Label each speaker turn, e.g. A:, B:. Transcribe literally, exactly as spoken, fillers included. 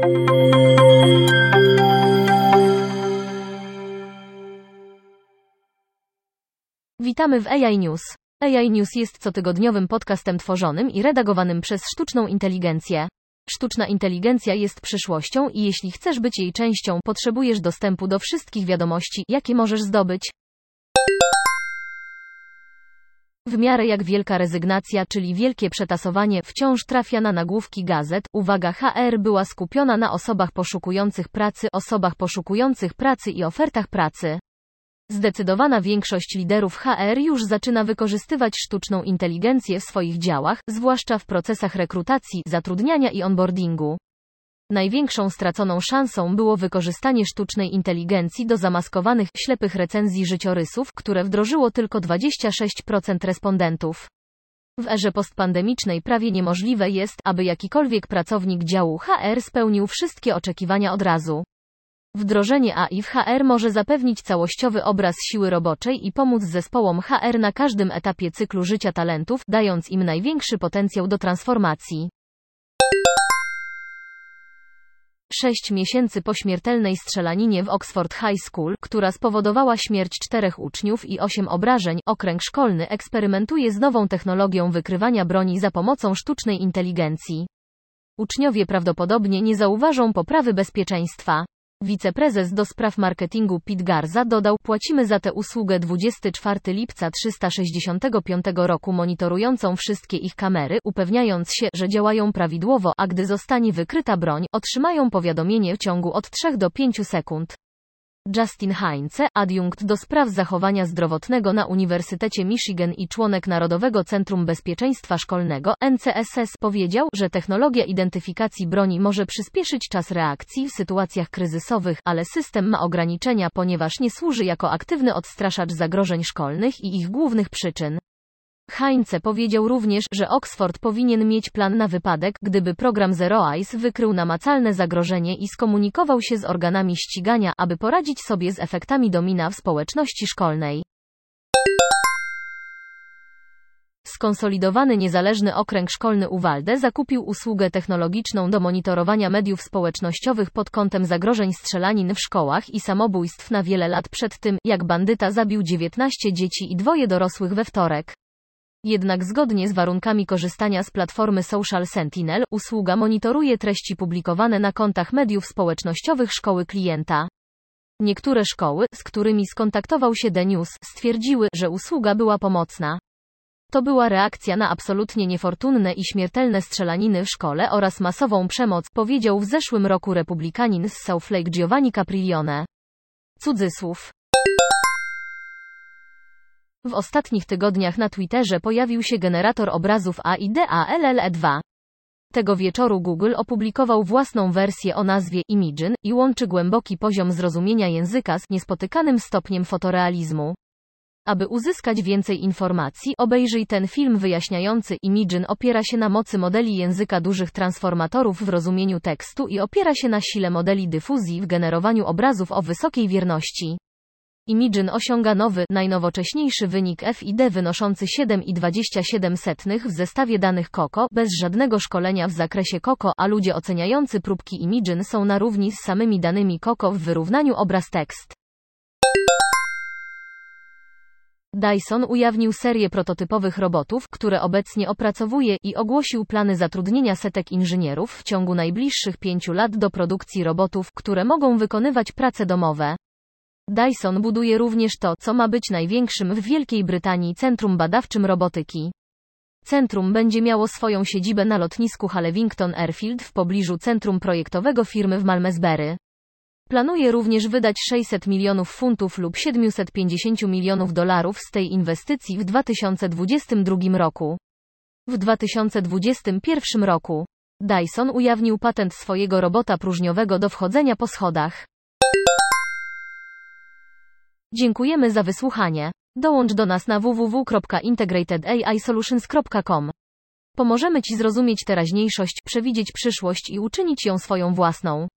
A: Witamy w A I News. A I News jest cotygodniowym podcastem tworzonym i redagowanym przez sztuczną inteligencję. Sztuczna inteligencja jest przyszłością i jeśli chcesz być jej częścią, potrzebujesz dostępu do wszystkich wiadomości, jakie możesz zdobyć. W miarę jak wielka rezygnacja, czyli wielkie przetasowanie, wciąż trafia na nagłówki gazet, uwaga H R była skupiona na osobach poszukujących pracy, osobach poszukujących pracy i ofertach pracy. Zdecydowana większość liderów H R już zaczyna wykorzystywać sztuczną inteligencję w swoich działach, zwłaszcza w procesach rekrutacji, zatrudniania i onboardingu. Największą straconą szansą było wykorzystanie sztucznej inteligencji do zamaskowanych, ślepych recenzji życiorysów, które wdrożyło tylko dwadzieścia sześć procent respondentów. W erze postpandemicznej prawie niemożliwe jest, aby jakikolwiek pracownik działu H R spełnił wszystkie oczekiwania od razu. Wdrożenie A I w H R może zapewnić całościowy obraz siły roboczej i pomóc zespołom H R na każdym etapie cyklu życia talentów, dając im największy potencjał do transformacji. Sześć miesięcy po śmiertelnej strzelaninie w Oxford High School, która spowodowała śmierć czterech uczniów i osiem obrażeń, okręg szkolny eksperymentuje z nową technologią wykrywania broni za pomocą sztucznej inteligencji. Uczniowie prawdopodobnie nie zauważą poprawy bezpieczeństwa. Wiceprezes do spraw marketingu Pete Garza dodał: płacimy za tę usługę dwudziestego czwartego lipca trzysta sześćdziesiątego piątego roku monitorującą wszystkie ich kamery, upewniając się, że działają prawidłowo, a gdy zostanie wykryta broń, otrzymają powiadomienie w ciągu od trzech do pięciu sekund. Justin Heinze, adiunkt do spraw zachowania zdrowotnego na Uniwersytecie Michigan i członek Narodowego Centrum Bezpieczeństwa Szkolnego, N C S S, powiedział, że technologia identyfikacji broni może przyspieszyć czas reakcji w sytuacjach kryzysowych, ale system ma ograniczenia, ponieważ nie służy jako aktywny odstraszacz zagrożeń szkolnych i ich głównych przyczyn. Heinze powiedział również, że Oxford powinien mieć plan na wypadek, gdyby program Zero Eyes wykrył namacalne zagrożenie i skomunikował się z organami ścigania, aby poradzić sobie z efektami domina w społeczności szkolnej. Skonsolidowany niezależny okręg szkolny Uvalde zakupił usługę technologiczną do monitorowania mediów społecznościowych pod kątem zagrożeń strzelanin w szkołach i samobójstw na wiele lat przed tym, jak bandyta zabił dziewiętnaście dzieci i dwoje dorosłych we wtorek. Jednak zgodnie z warunkami korzystania z platformy Social Sentinel, usługa monitoruje treści publikowane na kontach mediów społecznościowych szkoły klienta. Niektóre szkoły, z którymi skontaktował się The News, stwierdziły, że usługa była pomocna. To była reakcja na absolutnie niefortunne i śmiertelne strzelaniny w szkole oraz masową przemoc, powiedział w zeszłym roku republikanin z Southlake Giovanni Capriglione. Cudzysłów. W ostatnich tygodniach na Twitterze pojawił się generator obrazów A I D A L L E dwa. Tego wieczoru Google opublikował własną wersję o nazwie Imagen i łączy głęboki poziom zrozumienia języka z niespotykanym stopniem fotorealizmu. Aby uzyskać więcej informacji, obejrzyj ten film wyjaśniający. Imagen opiera się na mocy modeli języka dużych transformatorów w rozumieniu tekstu i opiera się na sile modeli dyfuzji w generowaniu obrazów o wysokiej wierności. Imagen osiąga nowy, najnowocześniejszy wynik F I D wynoszący siedem i dwadzieścia siedem setnych w zestawie danych Coco, bez żadnego szkolenia w zakresie Coco, a ludzie oceniający próbki Imagen są na równi z samymi danymi Coco w wyrównaniu obraz-tekst. Dyson ujawnił serię prototypowych robotów, które obecnie opracowuje i ogłosił plany zatrudnienia setek inżynierów w ciągu najbliższych pięciu lat do produkcji robotów, które mogą wykonywać prace domowe. Dyson buduje również to, co ma być największym w Wielkiej Brytanii centrum badawczym robotyki. Centrum będzie miało swoją siedzibę na lotnisku Hallevington Airfield w pobliżu centrum projektowego firmy w Malmesbury. Planuje również wydać sześćset milionów funtów lub siedemset pięćdziesiąt milionów dolarów z tej inwestycji w dwa tysiące dwudziestym drugim roku. W dwa tysiące dwudziestym pierwszym roku Dyson ujawnił patent swojego robota próżniowego do wchodzenia po schodach. Dziękujemy za wysłuchanie. Dołącz do nas na w w w kropka integrated a i solutions kropka com. Pomożemy Ci zrozumieć teraźniejszość, przewidzieć przyszłość i uczynić ją swoją własną.